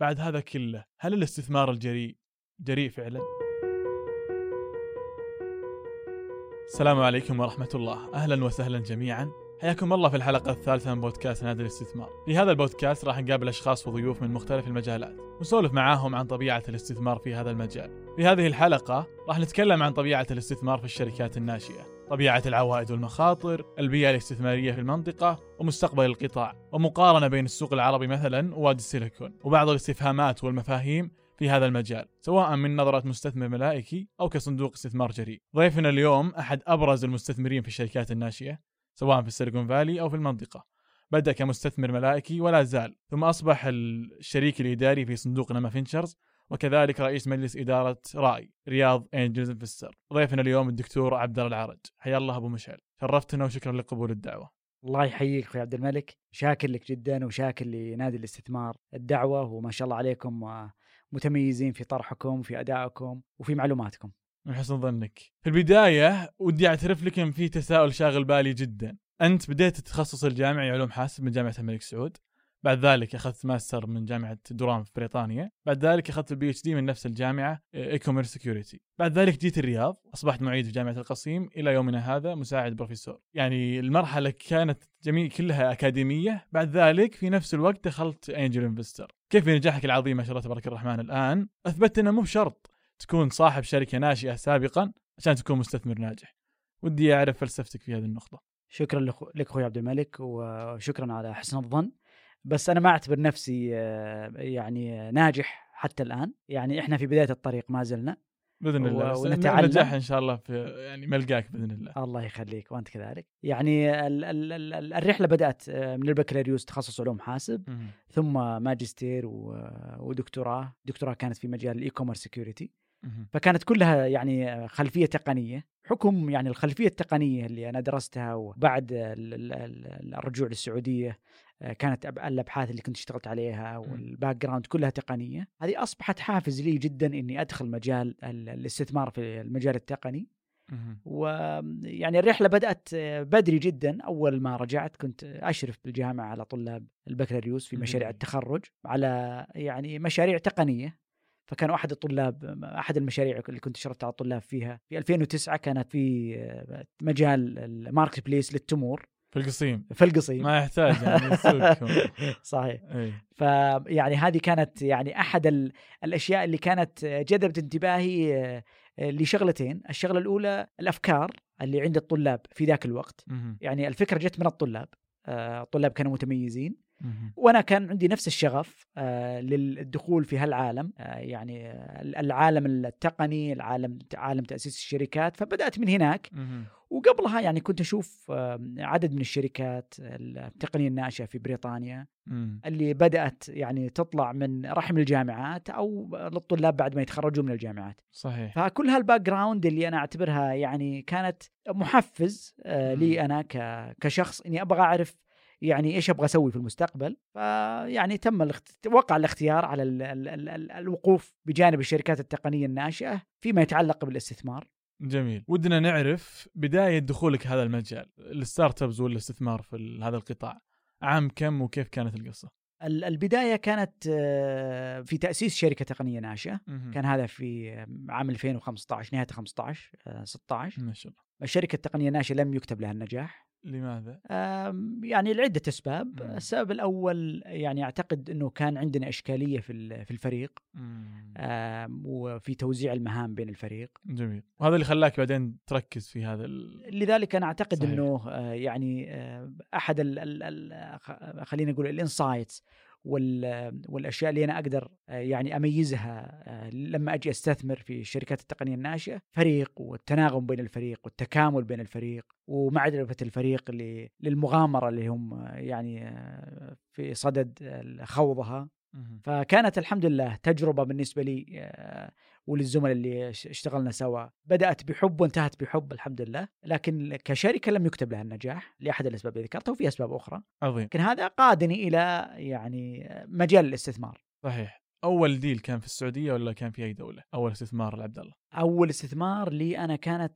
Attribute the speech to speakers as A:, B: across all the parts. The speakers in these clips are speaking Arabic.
A: بعد هذا كله هل الاستثمار الجريء جريء فعلا؟ السلام عليكم ورحمة الله، أهلا وسهلا جميعا، حياكم الله في الحلقة الثالثة من بودكاست نادي الاستثمار. في هذا البودكاست راح نقابل أشخاص وضيوف من مختلف المجالات ونسولف معاهم عن طبيعة الاستثمار في هذا المجال. في هذه الحلقة راح نتكلم عن طبيعة الاستثمار في الشركات الناشئة، طبيعة العوائد والمخاطر، البيئة الاستثمارية في المنطقة، ومستقبل القطاع، ومقارنة بين السوق العربي مثلا ووادي السيليكون، وبعض الاستفهامات والمفاهيم في هذا المجال سواء من نظرة مستثمر ملائكي أو كصندوق استثمار جريء. ضيفنا اليوم أحد أبرز المستثمرين في الشركات الناشئة سواء في السيليكون فالي أو في المنطقة. بدأ كمستثمر ملائكي ولا زال، ثم أصبح الشريك الإداري في صندوق نما فينشرز، وكذلك رئيس مجلس إدارة رائي رياض أنجلز انفستر. ضيفنا اليوم الدكتور عبد الله العرج. حيا الله أبو مشعل، شرفتنا وشكرا لقبول الدعوة.
B: الله يحييك أخوي عبد الملك، شاكر لك جدا وشاكر لنادي الاستثمار الدعوة، وما شاء الله عليكم متميزين في طرحكم في أدائكم وفي معلوماتكم.
A: من حسن ظنك. في البداية ودي أعترف لك إن في تساؤل شاغل بالي جدا. أنت بديت التخصص الجامعي علوم حاسب من جامعة الملك سعود، بعد ذلك أخذت ماستر من جامعة دورام في بريطانيا، بعد ذلك أخذت البي اتش دي من نفس الجامعة إيكوميرس سيكيورتي، بعد ذلك جيت الرياض، أصبحت معيد في جامعة القصيم، إلى يومنا هذا مساعد بروفيسور. يعني المرحلة كانت جميع كلها أكاديمية. بعد ذلك في نفس الوقت دخلت أنجل انفستر. كيف بنجاحك العظيم ما شاء الله تبارك الرحمن الآن أثبت أنه مو بشرط تكون صاحب شركة ناشئة سابقا عشان تكون مستثمر ناجح. ودي أعرف فلسفتك في هذه النقطة.
B: شكرا لك أخوي عبد الملك، وشكرا على حسن الظن. بس أنا ما أعتبر نفسي يعني ناجح حتى الآن، يعني إحنا في بداية الطريق ما زلنا
A: بإذن الله،
B: ونتعلم.
A: نجاح إن شاء الله في يعني ملقاك بإذن الله.
B: الله يخليك وأنت كذلك. يعني الرحلة بدأت من البكالوريوس تخصص علوم حاسب، ثم ماجستير ودكتوراه. دكتوراه كانت في مجال الإي كوميرس سيكيورتي، فكانت كلها يعني خلفية تقنية، حكم يعني الخلفية التقنية اللي أنا درستها. وبعد الرجوع للسعودية كانت الأبحاث اللي كنت اشتغلت عليها والباك جراوند كلها تقنية. هذه أصبحت حافز لي جدا إني أدخل مجال الاستثمار في المجال التقني. ويعني الرحلة بدأت بدري جدا. أول ما رجعت كنت أشرف بالجامعة على طلاب البكالوريوس في مشاريع التخرج على يعني مشاريع تقنية. فكان أحد المشاريع اللي كنت شرفت على الطلاب فيها في 2009 كانت في مجال الماركت بليس للتمور في القصيم
A: ما يحتاج يعني السوق.
B: صحيح. فيعني هذه كانت يعني أحد الأشياء اللي كانت جذبت انتباهي لشغلتين. الشغلة الأولى الأفكار اللي عند الطلاب في ذاك الوقت. يعني الفكرة جت من الطلاب. الطلاب كانوا متميزين، وأنا كان عندي نفس الشغف للدخول في هالعالم، يعني العالم التقني، عالم تأسيس الشركات. فبدأت من هناك. وقبلها يعني كنت أشوف عدد من الشركات التقنية الناشئة في بريطانيا اللي بدأت يعني تطلع من رحم الجامعات أو للطلاب بعد ما يتخرجوا من الجامعات.
A: صحيح.
B: فكل هالباك جراوند اللي أنا أعتبرها يعني كانت محفز لي أنا كشخص إني أبغى أعرف يعني إيش أبغى أسوي في المستقبل. فيعني وقع الاختيار على الوقوف بجانب الشركات التقنية الناشئة فيما يتعلق بالاستثمار.
A: جميل. ودنا نعرف بداية دخولك هذا المجال، الستارت ابز والاستثمار في هذا القطاع، عام كم وكيف كانت القصة؟
B: البداية كانت في تأسيس شركة تقنية ناشئة. كان هذا في عام 2015، نهاية 15 16
A: ما شاء الله.
B: الشركة التقنية الناشئة لم يكتب لها النجاح.
A: لماذا؟
B: يعني لعدة أسباب. السبب الأول يعني أعتقد أنه كان عندنا إشكالية في الفريق وفي توزيع المهام بين الفريق.
A: جميل. وهذا اللي خلاك بعدين تركز في هذا
B: لذلك أنا أعتقد
A: صحيح.
B: أنه يعني أحد خلينا نقول الانسايتس والأشياء اللي أنا أقدر يعني أميزها لما أجي أستثمر في الشركات التقنية الناشئة، فريق والتناغم بين الفريق والتكامل بين الفريق ومعرفة الفريق للمغامرة اللي هم يعني في صدد خوضها. فكانت الحمد لله تجربة بالنسبة لي وللزملاء اللي اشتغلنا سوا، بدأت بحب وانتهت بحب الحمد لله. لكن كشركة لم يكتب لها النجاح لأحد الأسباب اللي ذكرتها، وفي أسباب أخرى.
A: عظيم.
B: لكن هذا قادني إلى يعني مجال الاستثمار.
A: صحيح. اول ديل كان في السعوديه ولا كان في اي دوله؟ اول استثمار لعبد الله.
B: اول استثمار لي انا كانت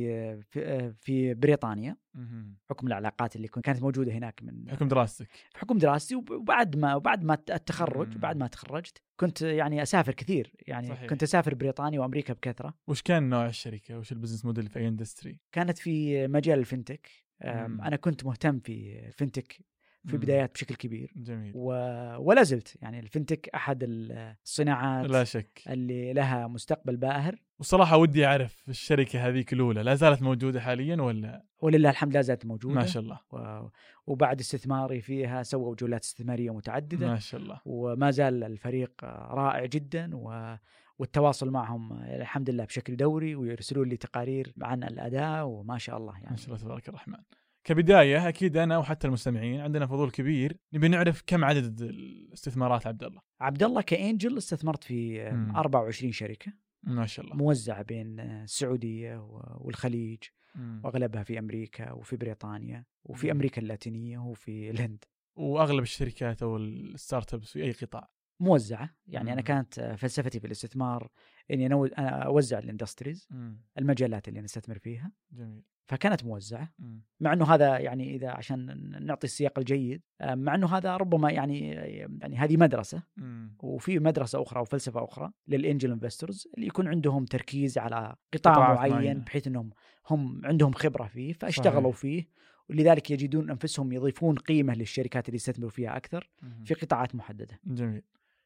B: في بريطانيا، حكم العلاقات اللي كانت موجوده هناك من
A: حكم دراستك.
B: حكم دراستي، وبعد ما التخرج، بعد ما تخرجت كنت يعني اسافر كثير، يعني
A: صحيح.
B: كنت اسافر بريطانيا وامريكا بكثره.
A: وش كان نوع الشركه؟ وش البزنس موديل في اي اندستري؟
B: كانت في مجال الفنتك. انا كنت مهتم في الفنتك في بدايات بشكل كبير.
A: جميل.
B: ولا زلت يعني الفنتك أحد الصناعات
A: لا شك
B: اللي لها مستقبل باهر.
A: وصراحة ودي أعرف الشركة هذيك الأولى لا زالت موجودة حاليا ولا؟
B: ولله الحمد لا زالت موجودة
A: ما شاء الله.
B: وبعد استثماري فيها سووا جولات استثمارية متعددة
A: ما شاء الله.
B: وما زال الفريق رائع جدا والتواصل معهم الحمد لله بشكل دوري، ويرسلون لي تقارير عن الأداء وما شاء الله يعني.
A: ما شاء الله تبارك الرحمن. كبداية أكيد أنا وحتى المستمعين عندنا فضول كبير، نبي نعرف كم عدد الاستثمارات عبد الله.
B: عبد الله كأنجل استثمرت في 24 شركة
A: ما شاء الله،
B: موزعة بين السعودية والخليج، وأغلبها في أمريكا وفي بريطانيا وفي أمريكا اللاتينية وفي الهند.
A: وأغلب الشركات أو الستارت ابس في أي قطاع
B: موزعة يعني. أنا كانت فلسفتي في الاستثمار إني أنا أوزع الاندستريز، المجالات اللي نستثمر فيها.
A: جميل.
B: فكانت موزعة. مع أنه هذا يعني إذا عشان نعطي السياق الجيد، مع أنه هذا ربما يعني هذه مدرسة، وفي مدرسة أخرى وفلسفة أخرى للإنجل إنفستورز اللي يكون عندهم تركيز على قطاع معين بحيث أنهم هم عندهم خبرة فيه فاشتغلوا فيه، ولذلك يجدون أنفسهم يضيفون قيمة للشركات اللي يستثمروا فيها أكثر في قطاعات محددة.
A: جميل.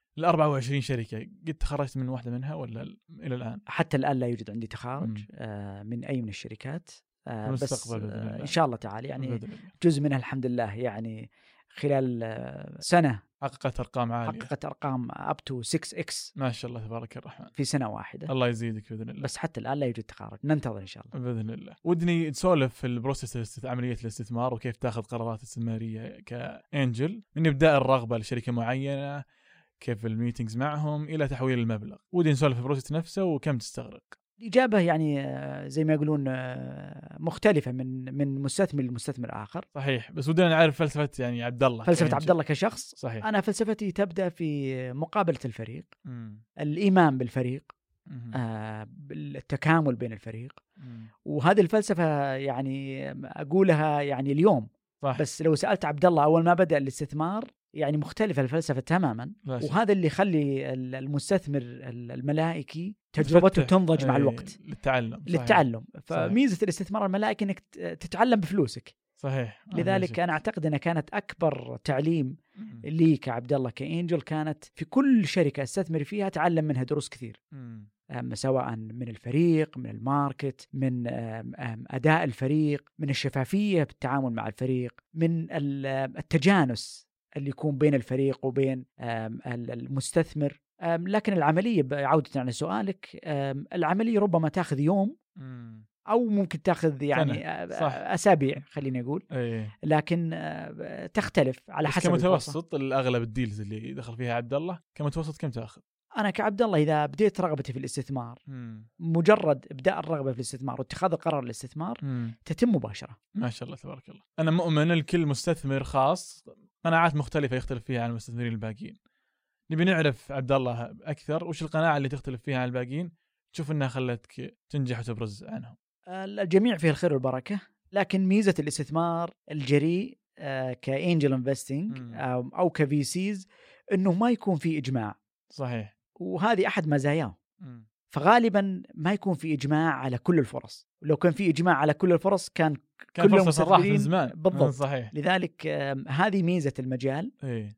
A: 24 شركة قد تخرجت من واحدة منها ولا إلى الآن؟
B: حتى الآن لا يوجد عندي تخارج من أي من الشركات، بس إن شاء الله تعالى يعني جزء منها الحمد لله يعني خلال سنة
A: حققت أرقام عالية،
B: حققت أرقام up to 6x
A: ما شاء الله تبارك الرحمن
B: في سنة واحدة.
A: الله يزيدك بإذن الله.
B: بس حتى الآن لا يوجد تخارج، ننتظر إن شاء الله
A: بإذن الله. ودني تسولف في البروسيس عملية الاستثمار وكيف تأخذ قرارات استثمارية كأنجل من إبداء الرغبة لشركة معينة، كيف الميتينجز معهم إلى تحويل المبلغ. ودي نسولف في البروسيس نفسه وكم تستغرق.
B: الإجابة يعني زي ما يقولون مختلفة من مستثمر لمستثمر آخر.
A: صحيح، بس ودنا نعرف فلسفة يعني عبد الله،
B: فلسفة عبد الله كشخص.
A: صحيح.
B: أنا فلسفتي تبدأ في مقابلة الفريق، الإيمان بالفريق، التكامل بين الفريق. وهذه الفلسفة يعني أقولها يعني اليوم
A: صح.
B: بس لو سألت عبد الله أول ما بدأ الاستثمار يعني مختلفة الفلسفة تماما، وهذا اللي يخلي المستثمر الملائكي تجربته تنضج مع الوقت للتعلم. فميزة الاستثمار الملائكي انك تتعلم بفلوسك.
A: صحيح.
B: لذلك انا اعتقد انها كانت اكبر تعليم لي كعبد الله كأنجل، كانت في كل شركة استثمر فيها اتعلم منها دروس كثير، سواء من الفريق، من الماركت، من أداء الفريق، من الشفافية بالتعامل مع الفريق، من التجانس اللي يكون بين الفريق وبين المستثمر. لكن العملية عودة على سؤالك، العملية ربما تأخذ يوم أو ممكن تأخذ يعني أسابيع خليني أقول، لكن تختلف على حسب
A: كمتوسط. الأغلب الديلز اللي دخل فيها عبد الله كمتوسط كم تأخذ؟
B: أنا كعبد الله إذا بديت رغبتي في الاستثمار، مجرد إبداء الرغبة في الاستثمار واتخاذ القرار الاستثمار تتم مباشرة.
A: ما شاء الله تبارك الله. أنا مؤمن الكل مستثمر خاص قناعات مختلفة يختلف فيها عن المستثمرين الباقيين. نبي نعرف عبد الله أكثر وش القناعة اللي تختلف فيها عن الباقيين تشوف أنها خلتك تنجح وتبرز عنهم.
B: الجميع فيه الخير والبركة، لكن ميزة الاستثمار الجريء كأنجل انفستينج أو كفي سيز إنه ما يكون فيه إجماع.
A: صحيح.
B: وهذه أحد مزاياه. فغالبا ما يكون في إجماع على كل الفرص، ولو كان في إجماع على كل الفرص كان كل المستثمرين
A: زمان.
B: بالضبط.
A: صحيح.
B: لذلك هذه ميزة المجال.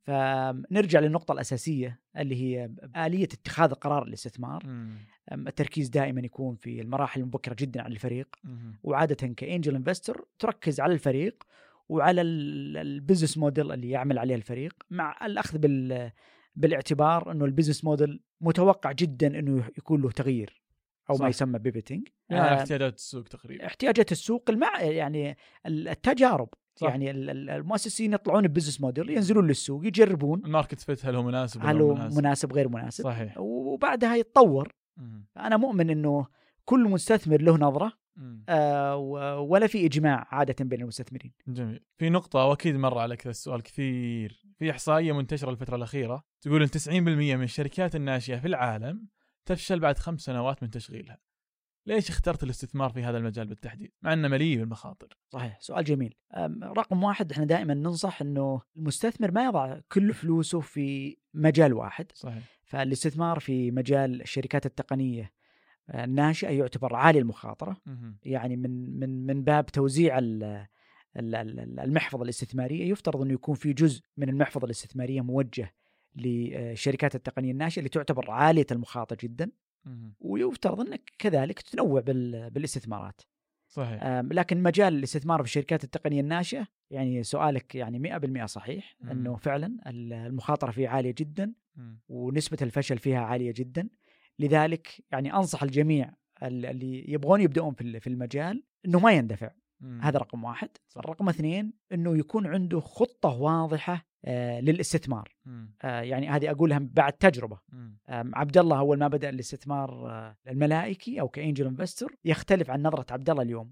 B: فنرجع للنقطة الأساسية اللي هي آلية اتخاذ قرار الاستثمار. التركيز دائما يكون في المراحل المبكرة جدا على الفريق، وعادة كأنجل انفستور تركز على الفريق وعلى البيزنس موديل اللي يعمل عليه الفريق، مع الأخذ بالاعتبار أنه البيزنس موديل متوقع جدا أنه يكون له تغيير أو صح. ما يسمى بيبتينج،
A: احتياجات السوق تقريبا،
B: احتياجات السوق يعني التجارب صح. يعني المؤسسين يطلعون ببيزنس موديل، ينزلون للسوق يجربون
A: الماركت فيت، هل هو مناسب
B: مناسب غير مناسب.
A: صحيح.
B: وبعدها يتطور. أنا مؤمن أنه كل مستثمر له نظرة ولا في إجماع عادة بين المستثمرين.
A: جميل. في نقطة وأكيد مر عليك هذا السؤال كثير، في إحصائية منتشرة الفترة الأخيرة تقول إن 90% من الشركات الناشئة في العالم تفشل بعد 5 سنوات من تشغيلها. ليش اخترت الاستثمار في هذا المجال بالتحديد مع أنه مليء بالمخاطر؟
B: صحيح، سؤال جميل. رقم واحد، احنا دائما ننصح أنه المستثمر ما يضع كل فلوسه في مجال واحد.
A: صحيح.
B: فالاستثمار في مجال الشركات التقنية الناشئة يعتبر عالي المخاطرة. يعني من باب توزيع المحفظة الاستثمارية يفترض أنه يكون في جزء من المحفظة الاستثمارية موجه لشركات التقنية الناشئة اللي تعتبر عالية المخاطر جدا، ويفترض أنك كذلك تنوع بالاستثمارات.
A: صحيح.
B: لكن مجال الاستثمار في الشركات التقنية الناشئة، يعني سؤالك يعني 100% صحيح، أنه فعلا المخاطرة فيه عالية جدا ونسبة الفشل فيها عالية جدا. لذلك يعني أنصح الجميع اللي يبغون يبدأون في المجال أنه ما يندفع. هذا رقم واحد. رقم 2، أنه يكون عنده خطة واضحة للاستثمار. يعني هذه أقولها بعد تجربة. عبد الله أول ما بدأ الاستثمار الملائكي أو كأنجل انفستور يختلف عن نظرة عبد الله اليوم.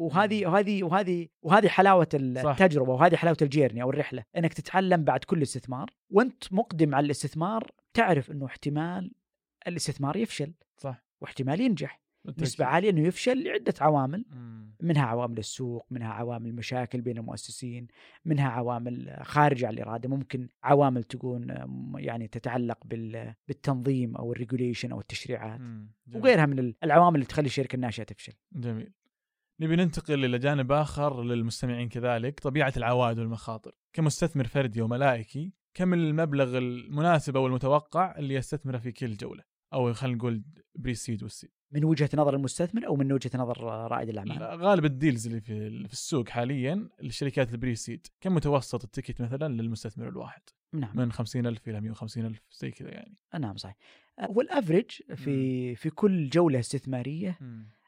B: وهذه حلاوة التجربة، وهذه حلاوة الجيرني أو الرحلة، أنك تتعلم بعد كل استثمار. وأنت مقدم على الاستثمار تعرف أنه احتمال الاستثمار يفشل،
A: صح،
B: واحتمال ينجح. نسبة عالية أنه يفشل لعدة عوامل، منها عوامل السوق، منها عوامل مشاكل بين المؤسسين، منها عوامل خارجة عن الإرادة، ممكن عوامل تكون يعني تتعلق بالتنظيم أو الريجوليشن أو التشريعات وغيرها من العوامل اللي تخلي الشركة الناشئة تفشل.
A: جميل. نبي ننتقل إلى جانب آخر للمستمعين كذلك، طبيعة العوائد والمخاطر. كمستثمر فردي وملائكي، كم المبلغ المناسب أو المتوقع اللي يستثمره في كل جولة، أو خلينا نقول بريسيد والسيد،
B: من وجهة نظر المستثمر أو من وجهة نظر رائد الأعمال؟
A: غالب الديلز اللي في السوق حاليا للشركات البريسيد، كم متوسط التيكت مثلا للمستثمر الواحد؟
B: نعم.
A: من 50,000 إلى 150,000 زي كذا يعني.
B: نعم صحيح. والأفريج في كل جولة استثمارية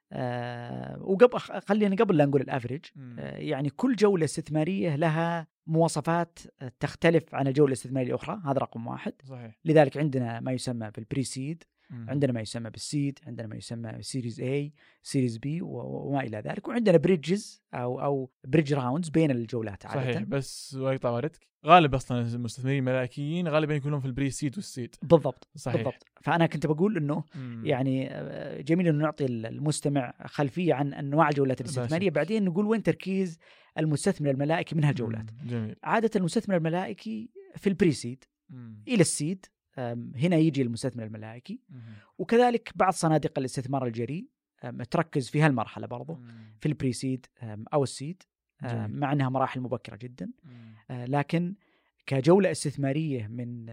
B: خلينا قبل لا نقول الأفريج، يعني كل جولة استثمارية لها مواصفات تختلف عن الجولة الاستثمارية الأخرى. هذا رقم واحد.
A: صحيح.
B: لذلك عندنا ما يسمى بالبريسيد، عندنا ما يسمى بالسيد، عندنا ما يسمى سيريز A، سيريز B وما إلى ذلك، وعندنا بريدجز أو بريدج راوندز بين الجولات عادة.
A: صحيح. بس ويقطع واردك، غالب أصلا المستثمرين الملائكيين غالبا يكونون في البريسيد والسيد.
B: بالضبط.
A: صحيح.
B: بالضبط. فأنا كنت بقول إنه يعني جميل إنه نعطي المستمع خلفية عن أنواع الجولات الاستثمارية، بعدين نقول وين تركيز المستثمر الملائكي من هالجولات.
A: جميل.
B: عادة المستثمر الملائكي في البريسيد إلى السيد، هنا يجي المستثمر الملائكي. وكذلك بعض صناديق الاستثمار الجريء تركز في هالمرحلة برضو في البريسيد أو السيد، مع أنها مراحل مبكرة جدا. لكن كجولة استثمارية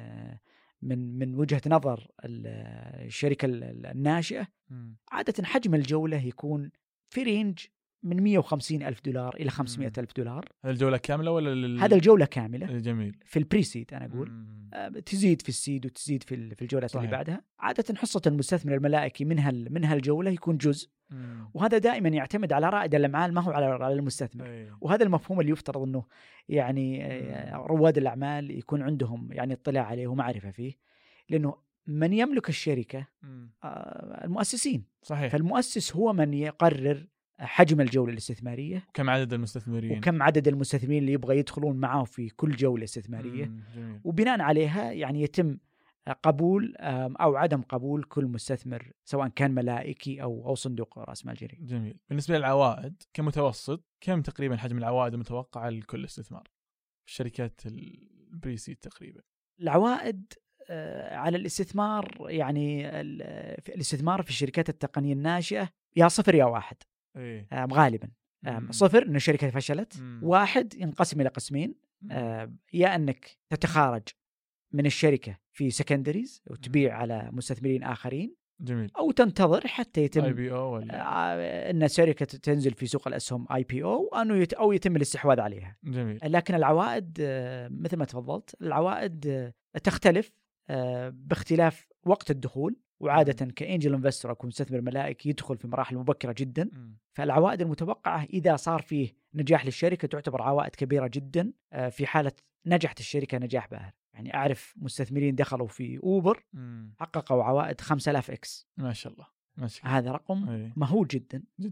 B: من وجهة نظر الشركة الناشئة، عادة حجم الجولة يكون في رينج من 150,000 دولار إلى 500,000 دولار.
A: هذا الجولة كاملة ولا
B: هذا الجولة كاملة.
A: جميل.
B: في البريسيد أنا أقول تزيد في السيد وتزيد في الجولات اللي بعدها. عادة حصة المستثمر الملائكي من هالجولة يكون جزء، وهذا دائما يعتمد على رائد الأعمال ما هو على المستثمر. وهذا المفهوم اللي يفترض أنه يعني رواد الأعمال يكون عندهم يعني اطلاع عليه ومعرفة فيه، لأنه من يملك الشركة المؤسسين.
A: صحيح.
B: فالمؤسس هو من يقرر حجم الجولة الاستثمارية،
A: وكم عدد المستثمرين،
B: وكم عدد المستثمرين اللي يبغى يدخلون معه في كل جولة استثمارية. وبناء عليها يعني يتم قبول أو عدم قبول كل مستثمر، سواء كان ملائكي أو صندوق رأس مال جريء.
A: جميل. بالنسبة للعوائد كمتوسط، كم تقريبا حجم العوائد المتوقعة لكل استثمار في الشركات البريسيد تقريبا؟
B: العوائد على الاستثمار، يعني الاستثمار في الشركات التقنية الناشئة يا 0 يا 1. غالبا 0 إن الشركة فشلت، 1 ينقسم إلى قسمين، يا أنك تتخارج من الشركة في سكندريز وتبيع على مستثمرين آخرين.
A: جميل.
B: أو تنتظر حتى يتم
A: IPO
B: أن الشركة تنزل في سوق الأسهم IPO أو يتم الاستحواذ عليها.
A: جميل.
B: لكن العوائد مثل ما تفضلت، العوائد تختلف باختلاف وقت الدخول، وعادة كأنجل انفستور أو مستثمر ملائكي يدخل في مراحل مبكرة جدا. فالعوائد المتوقعة إذا صار فيه نجاح للشركة تعتبر عوائد كبيرة جدا في حالة نجحت الشركة نجاح باهر. يعني أعرف مستثمرين دخلوا في أوبر حققوا عوائد 5000x.
A: ما شاء الله.
B: هذا رقم مهول جدا
A: جدا.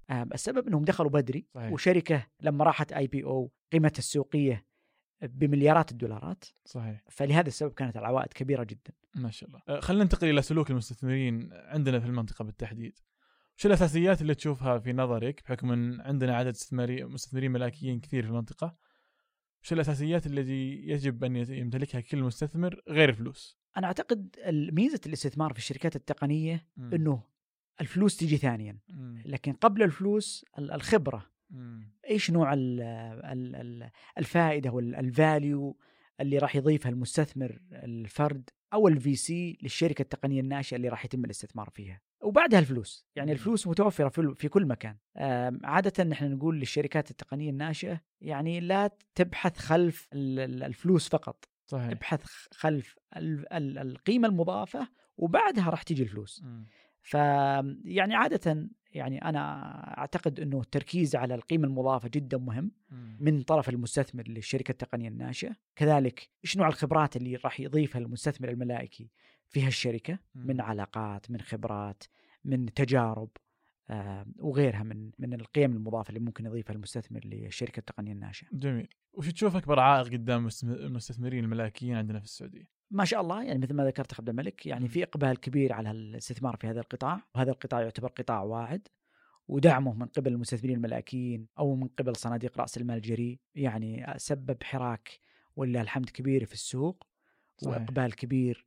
B: السبب أنهم دخلوا بدري.
A: صحيح.
B: وشركة لما راحت IPO قيمتها السوقية بمليارات الدولارات.
A: صحيح.
B: فلهذا السبب كانت العوائد كبيرة جدا.
A: ما شاء الله. خلينا ننتقل إلى سلوك المستثمرين عندنا في المنطقة بالتحديد. وش الأساسيات اللي تشوفها في نظرك بحكم أن عندنا عدد مستثمرين ملاكيين كثير في المنطقة؟ وش الأساسيات التي يجب أن يمتلكها كل مستثمر غير الفلوس؟
B: أنا أعتقد ميزة الاستثمار في الشركات التقنية أنه الفلوس تيجي ثانيا، لكن قبل الفلوس الخبرة. إيش نوع الفائدة والفاليو اللي راح يضيفها المستثمر الفرد أو الVC للشركة التقنية الناشئة اللي راح يتم الاستثمار فيها، وبعدها الفلوس. يعني الفلوس متوفرة في كل مكان. عادة نحن نقول للشركات التقنية الناشئة يعني لا تبحث خلف الفلوس فقط.
A: صحيح.
B: ابحث خلف القيمة المضافة وبعدها راح تيجي الفلوس. فيعني عادة يعني أنا أعتقد أنه التركيز على القيمة المضافة جدا مهم من طرف المستثمر للشركة التقنية الناشئة. كذلك إيش نوع الخبرات اللي راح يضيفها المستثمر الملائكي في هالشركة من علاقات، من خبرات، من تجارب وغيرها من القيم المضافة اللي ممكن يضيفها المستثمر للشركة التقنية الناشئة.
A: جميل. وش تشوف أكبر عائق قدام المستثمرين الملاكيين عندنا في السعودية؟
B: ما شاء الله يعني مثل ما ذكرت عبد الملك، يعني في إقبال كبير على الاستثمار في هذا القطاع، وهذا القطاع يعتبر قطاع واعد، ودعمه من قبل المستثمرين الملاكيين أو من قبل صناديق رأس المال الجريء يعني سبب حراك ولله الحمد كبير في السوق. صحيح. وإقبال كبير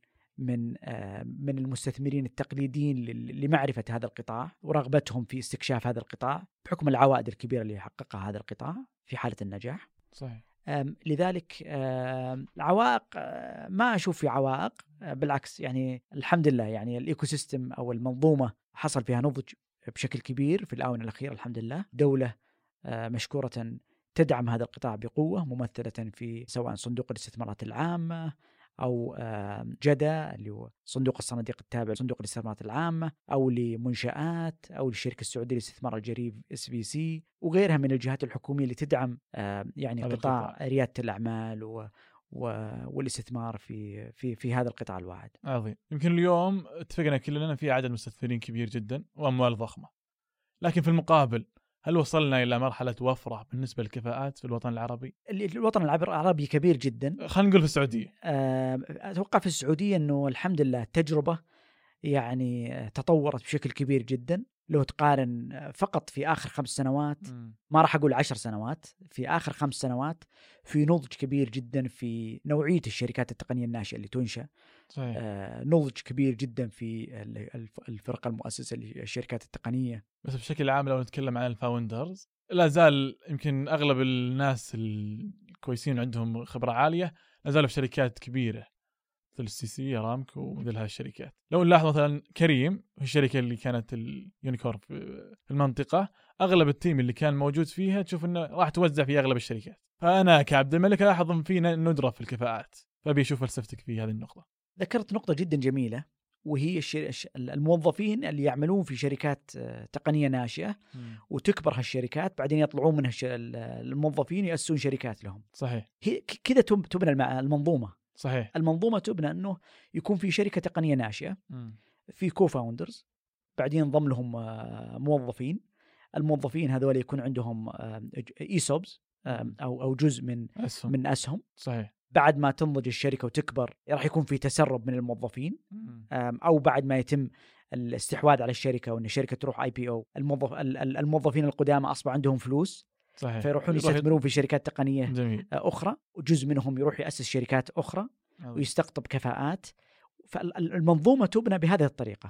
B: من المستثمرين التقليديين لمعرفة هذا القطاع ورغبتهم في استكشاف هذا القطاع بحكم العوائد الكبيرة اللي يحققها هذا القطاع في حالة النجاح.
A: صحيح.
B: لذلك العوائق ما أشوف في عوائق، بالعكس يعني الحمد لله يعني الإيكوسيستم أو المنظومة حصل فيها نضج بشكل كبير في الآونة الأخيرة الحمد لله. دولة مشكورة تدعم هذا القطاع بقوة، ممثلة في سواء صندوق الاستثمارات العامة أو جدا اللي هو صندوق الصناديق التابع لصندوق الاستثمارات العامة، أو لمنشآت، أو للشركة السعودية للاستثمار الجريء SVC وغيرها من الجهات الحكومية اللي تدعم يعني قطاع ريادة الأعمال والاستثمار في هذا القطاع الواعد.
A: عظيم. يمكن اليوم اتفقنا كلنا في عدد مستثمرين كبير جدا وأموال ضخمة، لكن في المقابل هل وصلنا إلى مرحلة وفرة بالنسبة للكفاءات في الوطن العربي؟
B: الوطن العربي كبير جدا.
A: خلينا نقول في السعودية.
B: أتوقع في السعودية أنه الحمد لله التجربة يعني تطورت بشكل كبير جدا. لو تقارن فقط في آخر 5 سنوات، ما راح أقول 10 سنوات، في آخر 5 سنوات في نضج كبير جدا في نوعية الشركات التقنية الناشئة اللي تنشأ. صحيح. نضج كبير جدا في الفرق المؤسسة للشركات التقنية.
A: بس بشكل عام لو نتكلم عن الفاوندرز لا زال يمكن أغلب الناس الكويسين عندهم خبرة عالية لا زالوا في شركات كبيرة مثل CC أرامكو ومثل هالشركات. لو نلاحظ مثلا كريم الشركة اللي كانت اليونيكورن في المنطقة، أغلب التيم اللي كان موجود فيها تشوف إنه راح توزع في أغلب الشركات. فأنا كعبد الملك ألاحظ إن فينا ندرة في الكفاءات، فأبي أشوف فلسفتك في هذه النقطة.
B: ذكرت نقطة جدا جميلة، وهي الموظفين اللي يعملون في شركات تقنية ناشئة وتكبر هالشركات، بعدين يطلعون من الموظفين يأسسون شركات لهم.
A: صحيح.
B: كذا تبنى المنظومة.
A: صحيح.
B: المنظومة تبنى أنه يكون في شركة تقنية ناشئة، في كوفاوندرز، بعدين انضم لهم موظفين. الموظفين هذول يكون عندهم ESOPs أو جزء من أسهم.
A: صحيح.
B: بعد ما تنضج الشركة وتكبر راح يكون في تسرب من الموظفين، أو بعد ما يتم الاستحواذ على الشركة وأن الشركة تروح IPO، الموظفين القدامى أصبح عندهم فلوس. صحيح. فيروحون يستثمرون في شركات تقنية. جميل. أخرى، وجزء منهم يروح يأسس شركات أخرى ويستقطب كفاءات. فالمنظومة تبنى بهذه الطريقة.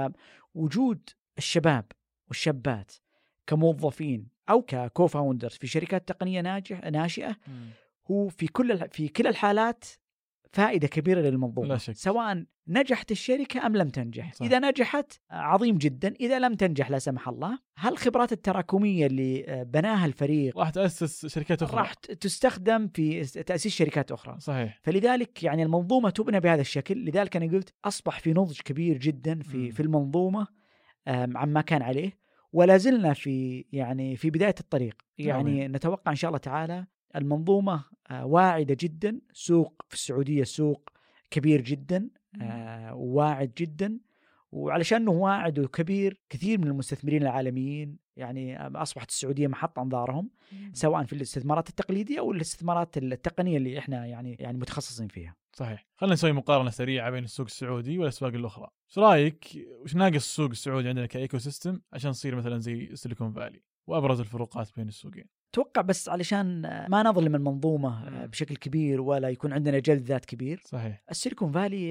B: فوجود الشباب والشابات كموظفين أو ككوفاوندرز في شركات تقنية ناشئة هو في كل الحالات فائدة كبيرة للمنظومة، سواء نجحت الشركة أم لم تنجح. صح. إذا نجحت عظيم جدا، إذا لم تنجح لا سمح الله، هالخبرات التراكمية اللي بناها الفريق
A: راح تأسس شركات أخرى،
B: راح تستخدم في تأسيس شركات أخرى.
A: صحيح.
B: فلذلك يعني المنظومة تبنى بهذا الشكل. لذلك أنا قلت أصبح في نضج كبير جدا في المنظومة عما كان عليه، ولا زلنا في بداية الطريق. يعني نتوقع إن شاء الله تعالى المنظومة واعدة جدا. سوق في السعودية سوق كبير جدا، واعد جدا، وعلشان أنه واعد وكبير كثير من المستثمرين العالميين يعني أصبحت السعودية محط أنظارهم سواء في الاستثمارات التقليدية أو الاستثمارات التقنية اللي إحنا يعني متخصصين فيها.
A: صحيح. خلينا نسوي مقارنة سريعة بين السوق السعودي والأسواق الأخرى. ايش رايك وش ناقص السوق السعودي عندنا كايكو سيستم عشان نصير مثلا زي سيليكون فالي، وأبرز الفروقات بين السوقين؟
B: توقع بس علشان ما نظلم المنظومة بشكل كبير ولا يكون عندنا جلد ذات كبير.
A: صحيح.
B: السيليكون فالي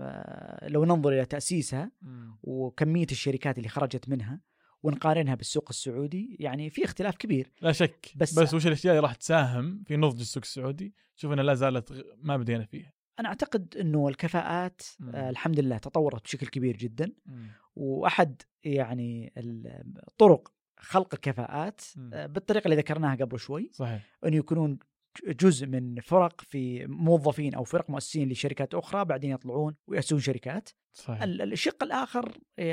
B: لو ننظر إلى تأسيسها وكمية الشركات اللي خرجت منها ونقارنها بالسوق السعودي يعني في اختلاف كبير
A: لا شك. بس وش الأشياء اللي راح تساهم في نضج السوق السعودي شوف أنها لا زالت ما بدينا فيها؟
B: أنا أعتقد أنه الكفاءات الحمد لله تطورت بشكل كبير جدا، وأحد يعني الطرق خلق الكفاءات بالطريقة اللي ذكرناها قبل شوي،
A: صحيح،
B: أن يكونون جزء من فرق في موظفين أو فرق مؤسسين لشركات أخرى بعدين يطلعون ويأسسون شركات.
A: صحيح.
B: الشق الآخر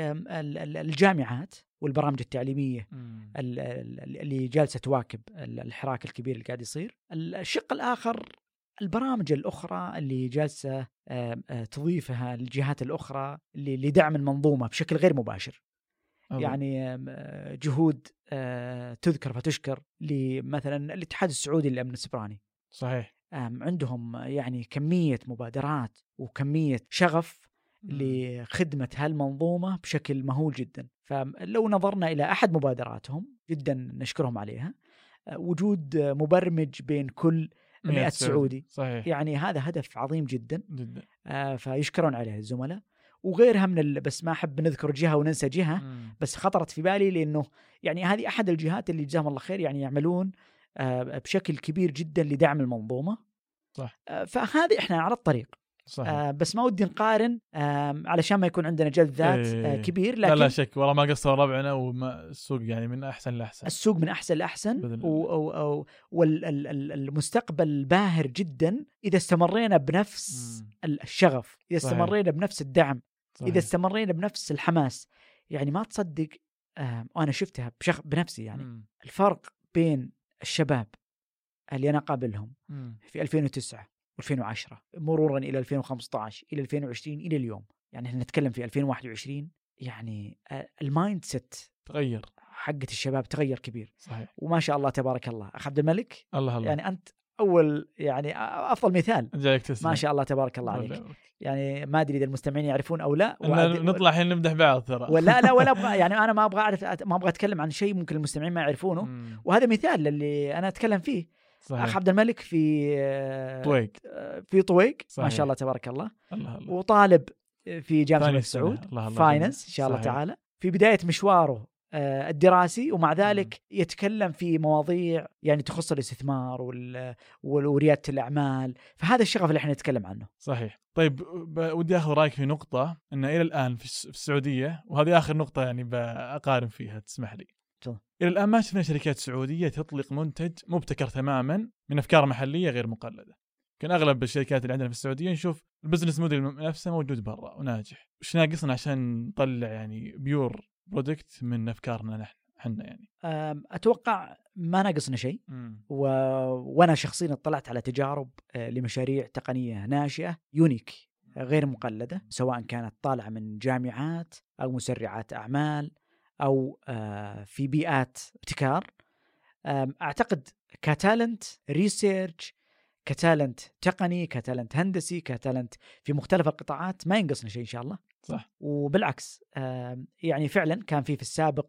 B: الجامعات والبرامج التعليمية اللي جالسة تواكب الحراك الكبير اللي قاعد يصير. الشق الآخر البرامج الأخرى اللي جالسة تضيفها الجهات الأخرى لدعم المنظومة بشكل غير مباشر. يعني جهود تذكر فتشكر لمثلا الاتحاد السعودي للأمن السيبراني.
A: صحيح.
B: عندهم يعني كمية مبادرات وكمية شغف لخدمة هالمنظومة بشكل مهول جدا. فلو نظرنا إلى أحد مبادراتهم جدا نشكرهم عليها، وجود مبرمج بين كل 100 سعودي.
A: صحيح.
B: يعني هذا هدف عظيم جدا
A: جدا.
B: فيشكرون عليه الزملاء وغيرها من بس ما أحب نذكر جهة وننسى جهة بس خطرت في بالي لأنه يعني هذه أحد الجهات اللي جزاهم الله خير يعني يعملون بشكل كبير جدا لدعم المنظومة.
A: صح.
B: فهذه إحنا على الطريق. بس ما ودي نقارن علشان ما يكون عندنا جلد ذات كبير. لكن
A: لا شك والله ما قصر ربعنا، وما السوق يعني من أحسن لأحسن.
B: السوق من أحسن لأحسن والمستقبل باهر جدا إذا استمرينا بنفس الشغف، إذا استمرينا بنفس الدعم. صحيح. إذا استمرينا بنفس الحماس. يعني ما تصدق وأنا شفتها بنفسي يعني الفرق بين الشباب اللي أنا قابلهم في 2009 و2010 مرورا إلى 2015 إلى 2020 إلى اليوم. يعني احنا نتكلم في 2021 يعني المايند سيت
A: تغير،
B: حقة الشباب تغير كبير.
A: صحيح.
B: وما شاء الله تبارك الله أخ عبد الملك،
A: الله
B: يعني أنت أول يعني أفضل مثال
A: ما
B: شاء الله تبارك الله عليك. يعني ما أدري إذا المستمعين يعرفون أو لا.
A: نطلع الحين نمدح بعض ترى.
B: ولا أبغى يعني أنا ما أبغى أتكلم عن شيء ممكن المستمعين ما يعرفونه. وهذا مثال اللي أنا أتكلم فيه. صحيح. أخ عبد الملك في طويق ما شاء الله تبارك الله. الله. وطالب في جامعة الملك سعود فاينانس إن شاء الله تعالى في بداية مشواره الدراسي، ومع ذلك يتكلم في مواضيع يعني تخص الاستثمار وريادة الأعمال. فهذا الشغف اللي احنا نتكلم عنه.
A: صحيح. طيب ودي أخذ رأيك في نقطة أن إلى الآن في السعودية، وهذه آخر نقطة يعني بأقارن فيها تسمح لي. إلى الآن ما شفنا شركات سعودية تطلق منتج مبتكر تماما من أفكار محلية غير مقلدة. كان أغلب الشركات اللي عندنا في السعودية نشوف البزنس موديل نفسه موجود برا وناجح. وش ناقصنا عشان نطلع يعني بيور برودكت من أفكارنا نحن يعني؟
B: أتوقع ما ناقصنا شيء. وأنا شخصيا اطلعت على تجارب لمشاريع تقنية ناشئة يونيك غير مقلدة، سواء كانت طالعة من جامعات أو مسرعات أعمال أو في بيئات ابتكار. أعتقد كتالنت ريسيرش، كتالنت تقني، كتالنت هندسي، كتالنت في مختلف القطاعات ما ينقصنا شيء إن شاء الله.
A: صح.
B: وبالعكس يعني فعلا كان في السابق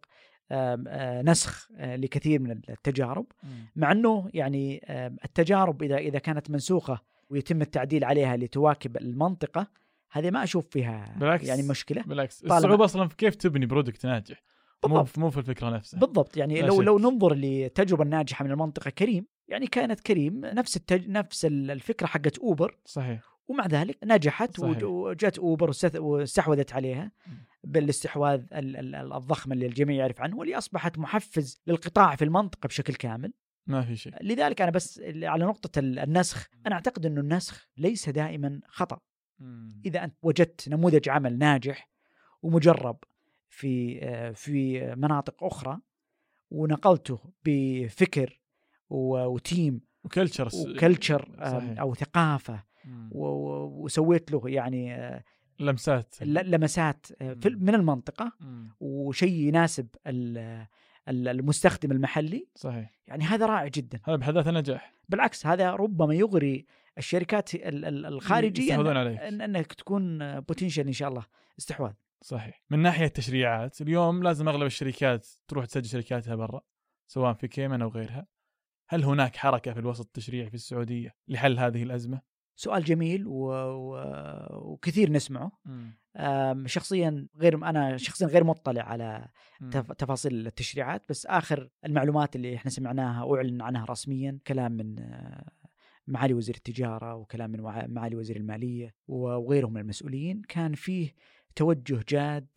B: نسخ لكثير من التجارب، مع أنه يعني التجارب إذا كانت منسوخة ويتم التعديل عليها لتواكب المنطقة، هذه ما أشوف فيها
A: بالعكس.
B: يعني مشكلة.
A: بالعكس الصعوبة أصلا في كيف تبني برودكت ناجح، مو في الفكرة نفسها.
B: بالضبط. يعني لو ننظر لتجربة ناجحة من المنطقة كريم، يعني كانت كريم نفس الفكرة حقت أوبر.
A: صحيح.
B: ومع ذلك نجحت. صحيح. وجت أوبر واستحوذت عليها بالاستحواذ الضخم اللي الجميع يعرف عنه، واللي أصبحت محفز للقطاع في المنطقة بشكل كامل.
A: ما في شيء.
B: لذلك أنا بس على نقطة النسخ، أنا أعتقد أنه النسخ ليس دائما خطأ. إذا أنت وجدت نموذج عمل ناجح ومجرب في مناطق أخرى ونقلته بفكر وتيم وكلتشر أو ثقافة وسويت له يعني لمسات من المنطقة وشيء يناسب المستخدم المحلي.
A: صحيح.
B: يعني هذا رائع جدا،
A: هذا بحد ذاته نجاح.
B: بالعكس هذا ربما يغري الشركات الخارجية أنك تكون بوتنشال إن شاء الله استحواذ.
A: صحيح. من ناحية التشريعات اليوم لازم أغلب الشركات تروح تسجل شركاتها برا سواء في كيمن أو غيرها. هل هناك حركة في الوسط التشريعي في السعودية لحل هذه الأزمة؟
B: سؤال جميل وكثير نسمعه. أنا شخصيا غير مطلع على تفاصيل التشريعات، بس آخر المعلومات اللي احنا سمعناها أعلن عنها رسميا كلام من معالي وزير التجارة وكلام من معالي وزير المالية وغيرهم من المسؤولين، كان فيه توجه جاد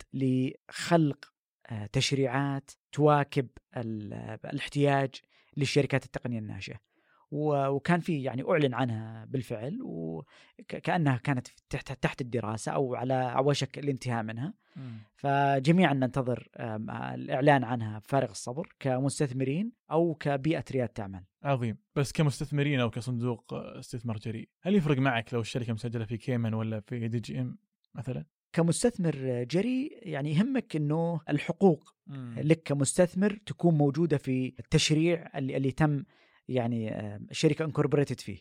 B: لخلق تشريعات تواكب الاحتياج للشركات التقنية الناشئة، وكان في يعني أعلن عنها بالفعل وكأنها كانت تحت الدراسة أو على وشك الانتهاء منها. فجميعا ننتظر الإعلان عنها بفارغ الصبر كمستثمرين أو كبيئة ريادة أعمال.
A: عظيم. بس كمستثمرين أو كصندوق استثمار جريء، هل يفرق معك لو الشركة مسجلة في كيمن ولا في DGM مثلا؟
B: كمستثمر جريء يعني يهمك أنه الحقوق لك كمستثمر تكون موجودة في التشريع اللي تم يعني الشركة انكوربريتد فيه.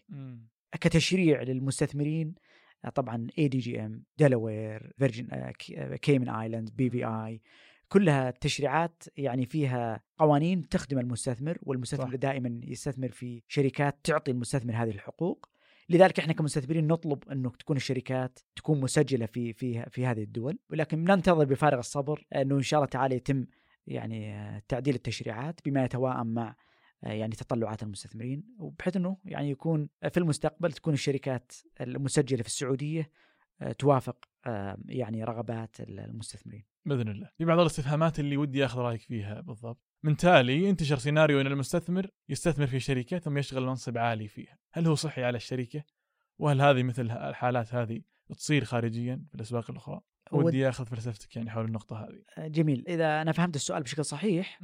B: كتشريع للمستثمرين طبعا ADGM، دلوير، فيرجن، كيمن آيلاند، BVI، كلها تشريعات يعني فيها قوانين تخدم المستثمر، والمستثمر دائما يستثمر في شركات تعطي المستثمر هذه الحقوق. لذلك احنا كمستثمرين نطلب انه تكون الشركات تكون مسجلة في هذه الدول، ولكن ننتظر بفارغ الصبر انه ان شاء الله تعالى يتم يعني تعديل التشريعات بما يتوائم مع يعني تطلعات المستثمرين، وبحيث انه يعني يكون في المستقبل تكون الشركات المسجلة في السعودية توافق يعني رغبات المستثمرين
A: بإذن الله. في بعض الاستفهامات اللي ودي أخذ رأيك فيها بالضبط. من تالي انتشر سيناريو أن المستثمر يستثمر في شركة ثم يشغل منصب عالي فيها، هل هو صحي على الشركة؟ وهل هذه مثل الحالات هذه تصير خارجيا في الأسواق الأخرى؟ ودي أخذ فلسفتك يعني حول النقطة هذه.
B: جميل. إذا أنا فهمت السؤال بشكل صحيح،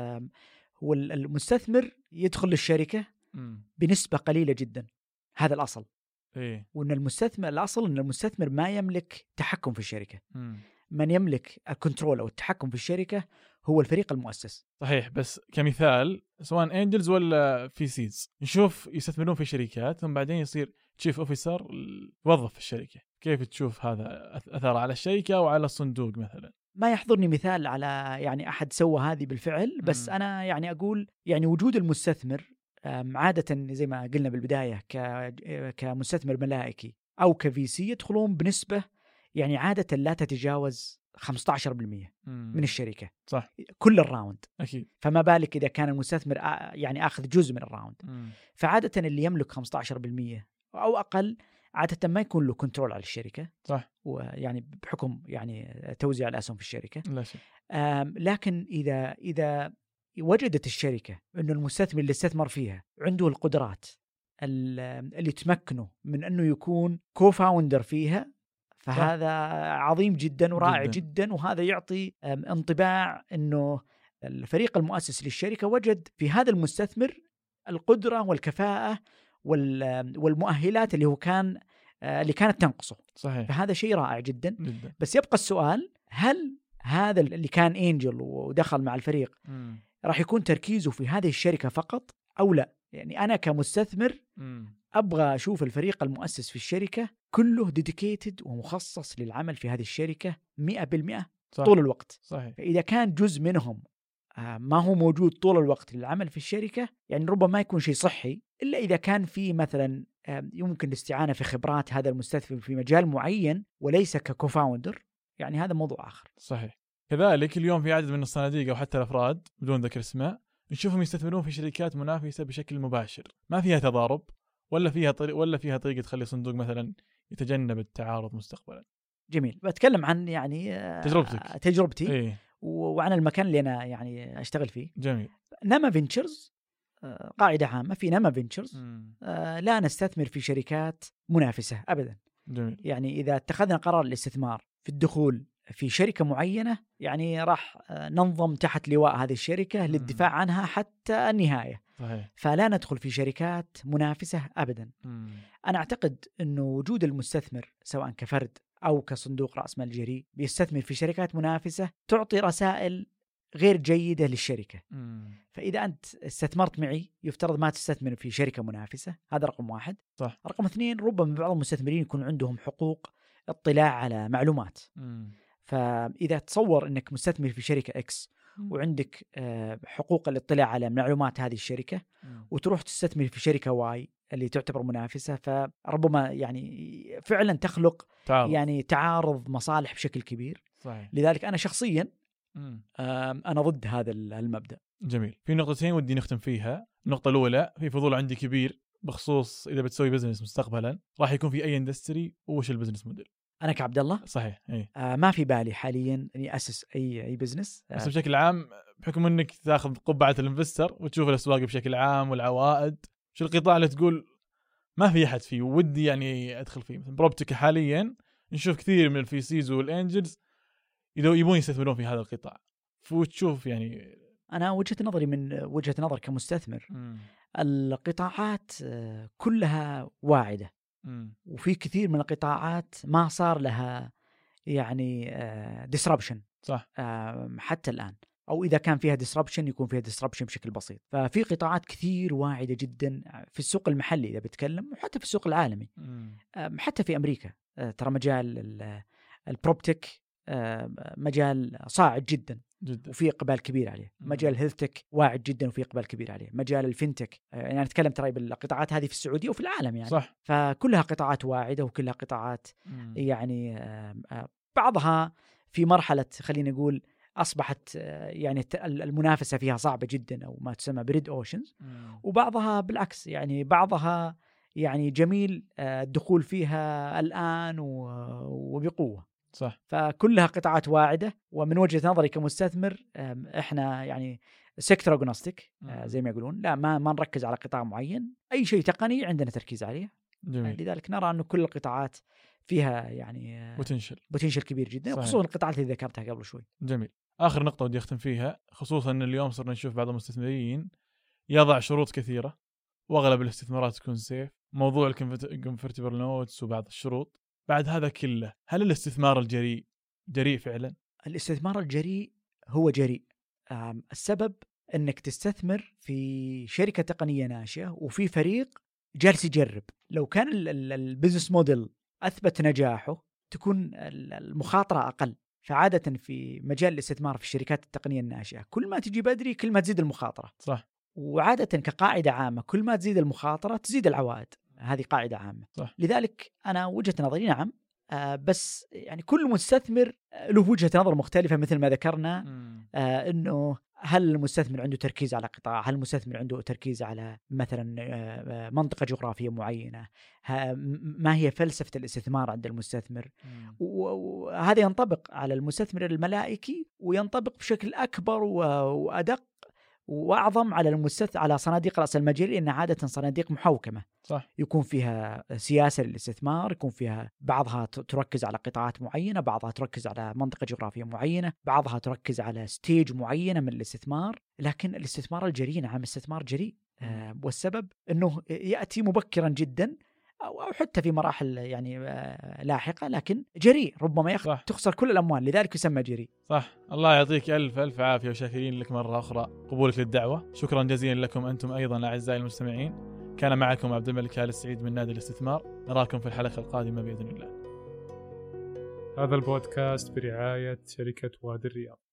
B: هو المستثمر يدخل للشركة بنسبة قليلة جدا، هذا الأصل.
A: إيه؟
B: وأن الأصل أن المستثمر ما يملك تحكم في الشركة. من يملك الكنترول أو التحكم في الشركة هو الفريق المؤسس.
A: صحيح. بس كمثال سواء أنجلز ولا في سيدز نشوف يستثمرون في شركات ثم بعدين يصير تشيف أوفيسر موظف في الشركة، كيف تشوف هذا أثر على الشركة أو على الصندوق مثلا؟
B: ما يحضرني مثال على يعني أحد سوى هذه بالفعل، بس أنا يعني أقول يعني وجود المستثمر عادة زي ما قلنا بالبداية كمستثمر ملائكي أو كفيسي يدخلون بنسبة يعني عادة لا تتجاوز 15% من الشركة.
A: صح.
B: كل الراوند.
A: أكيد.
B: فما بالك إذا كان المستثمر يعني أخذ جزء من الراوند. فعادة اللي يملك 15% أو أقل عادة ما يكون له كنترول على الشركة.
A: صح.
B: ويعني بحكم يعني توزيع الأسهم في الشركة.
A: لا شيء.
B: لكن إذا وجدت الشركة إنه المستثمر اللي استثمر فيها عنده القدرات اللي تمكنه من إنه يكون كوفاوندر فيها، فهذا عظيم جدا ورائع جدا، وهذا يعطي انطباع إنه الفريق المؤسس للشركة وجد في هذا المستثمر القدرة والكفاءة والمؤهلات اللي كانت تنقصه.
A: صحيح.
B: فهذا شيء رائع جدا. بس يبقى السؤال، هل هذا اللي كان إنجل ودخل مع الفريق راح يكون تركيزه في هذه الشركة فقط أو لا؟ يعني أنا كمستثمر أبغى أشوف الفريق المؤسس في الشركة كله ديديكيتد ومخصص للعمل في هذه الشركة 100% طول الوقت.
A: صحيح.
B: فإذا كان جزء منهم ما هو موجود طول الوقت للعمل في الشركة، يعني ربما ما يكون شيء صحي، إلا إذا كان في مثلا يمكن الاستعانة في خبرات هذا المستثمر في مجال معين وليس ككوفاوندر، يعني هذا موضوع آخر.
A: صحيح. كذلك اليوم في عدد من الصناديق أو حتى الأفراد بدون ذكر اسماء نشوفهم يستثمرون في شركات منافسة بشكل مباشر، ما فيها تضارب ولا فيها طريقة تخلي صندوق مثلا يتجنب التعارض مستقبلا.
B: جميل. بتكلم عن يعني تجربتي
A: إيه؟
B: وعن المكان اللي أنا يعني أشتغل فيه.
A: جميل.
B: نما فينتشرز قاعدة عامة في نما فينتشرز لا نستثمر في شركات منافسة أبدا.
A: جميل.
B: يعني إذا اتخذنا قرار الاستثمار في الدخول في شركة معينة، يعني راح ننظم تحت لواء هذه الشركة للدفاع عنها حتى النهاية.
A: صحيح.
B: فلا ندخل في شركات منافسة أبدا. أنا أعتقد أنه وجود المستثمر سواء كفرد أو كصندوق رأس مال جريء بيستثمر في شركات منافسة تعطي رسائل غير جيدة للشركة. فإذا أنت استثمرت معي يفترض ما تستثمر في شركة منافسة، هذا رقم 1.
A: صح.
B: رقم 2 ربما بعض المستثمرين يكون عندهم حقوق اطلاع على معلومات. فإذا تصور أنك مستثمر في شركة X وعندك حقوق الاطلاع على معلومات هذه الشركة وتروح تستثمر في شركة Y اللي تعتبر منافسة، فربما يعني فعلا تخلق يعني تعارض مصالح بشكل كبير.
A: صحيح.
B: لذلك أنا شخصيا أنا ضد هذا المبدأ.
A: جميل. في نقطتين ودي نختم فيها. النقطة الأولى، في فضول عندي كبير بخصوص إذا بتسوي بزنس مستقبلا راح يكون في أي اندستري وش البزنس موديل.
B: أنا كعبد الله
A: صحيح
B: ما في بالي حاليا إني أسس أي بزنس،
A: بس بشكل عام بحكم إنك تأخذ قبعة الانفستر وتشوف الأسواق بشكل عام والعوائد، شو القطاع اللي تقول ما في أحد فيه ودي يعني أدخل فيه؟ مثلا بروبتك حاليا نشوف كثير من الفيسيز والأنجلز إذا يبون يستثمرون في هذا القطاع، وتشوف يعني
B: أنا وجهة نظري من وجهة نظر كمستثمر القطاعات كلها واعدة، وفي كثير من القطاعات ما صار لها يعني disruption.
A: صح.
B: حتى الآن، أو إذا كان فيها disruption يكون فيها disruption بشكل بسيط. ففي قطاعات كثير واعدة جدا في السوق المحلي إذا بتكلم، وحتى في السوق العالمي. حتى في أمريكا ترى مجال البروبتك مجال صاعد جدا وفي إقبال كبير عليه. مجال الهيلثتك واعد جدا وفي إقبال كبير عليه. مجال الفينتك يعني نتكلم ترى بالقطاعات هذه في السعودية وفي العالم يعني.
A: صح.
B: فكلها قطاعات واعدة وكلها قطاعات يعني بعضها في مرحلة خلينا نقول أصبحت يعني المنافسة فيها صعبة جدا أو ما تسمى بريد أوشنز، وبعضها بالعكس يعني بعضها يعني جميل الدخول فيها الآن وبقوة.
A: صح.
B: فكلها قطاعات واعدة، ومن وجهة نظري كمستثمر إحنا يعني سيكتور أغنوستيك زي ما يقولون، لا ما نركز على قطاع معين، أي شيء تقني عندنا تركيز عليه.
A: جميل.
B: لذلك نرى أنه كل القطاعات فيها يعني بوتنشل كبير جدا، خصوصا القطاعات اللي ذكرتها قبل شوي.
A: جميل. آخر نقطة ودي أختم فيها، خصوصا أن اليوم صرنا نشوف بعض المستثمرين يضع شروط كثيرة وأغلب الاستثمارات تكون سيف، موضوع الكونفرتيبل نوتس وبعض الشروط. بعد هذا كله هل الاستثمار الجريء جريء فعلا؟
B: الاستثمار الجريء هو جريء. السبب أنك تستثمر في شركة تقنية ناشئة وفي فريق جالس يجرب. لو كان البيزنس موديل أثبت نجاحه تكون المخاطرة أقل. فعادة في مجال الاستثمار في الشركات التقنية الناشئة كل ما تجي بدري كل ما تزيد المخاطرة.
A: صح.
B: وعادة كقاعدة عامة كل ما تزيد المخاطرة تزيد العوائد، هذه قاعدة عامة.
A: صح.
B: لذلك أنا وجهة نظري نعم، بس يعني كل مستثمر له وجهة نظر مختلفة مثل ما ذكرنا. إنه هل المستثمر عنده تركيز على قطاع، هل المستثمر عنده تركيز على مثلا منطقة جغرافية معينة، ما هي فلسفة الاستثمار عند المستثمر. وهذا ينطبق على المستثمر الملائكي وينطبق بشكل أكبر وأدق وأعظم على صناديق رأس المال، لأن عادة صناديق محوكمة.
A: صح.
B: يكون فيها سياسة للاستثمار، يكون فيها بعضها تركز على قطاعات معينة، بعضها تركز على منطقة جغرافية معينة، بعضها تركز على ستيج معينة من الاستثمار. لكن الاستثمار الجريء نعم استثمار جريء، والسبب أنه يأتي مبكرا جدا أو حتى في مراحل يعني لاحقة، لكن جريء ربما تخسر كل الأموال، لذلك يسمى جريء.
A: صح. الله يعطيك ألف عافية وشاكرين لك مرة أخرى قبولك للدعوة. شكرا جزيلا لكم أنتم أيضا أعزائي المستمعين. كان معكم عبد الملك آل السعيد من نادي الاستثمار. نراكم في الحلقة القادمة بإذن الله.
C: هذا البودكاست برعاية شركة وادي الرياض.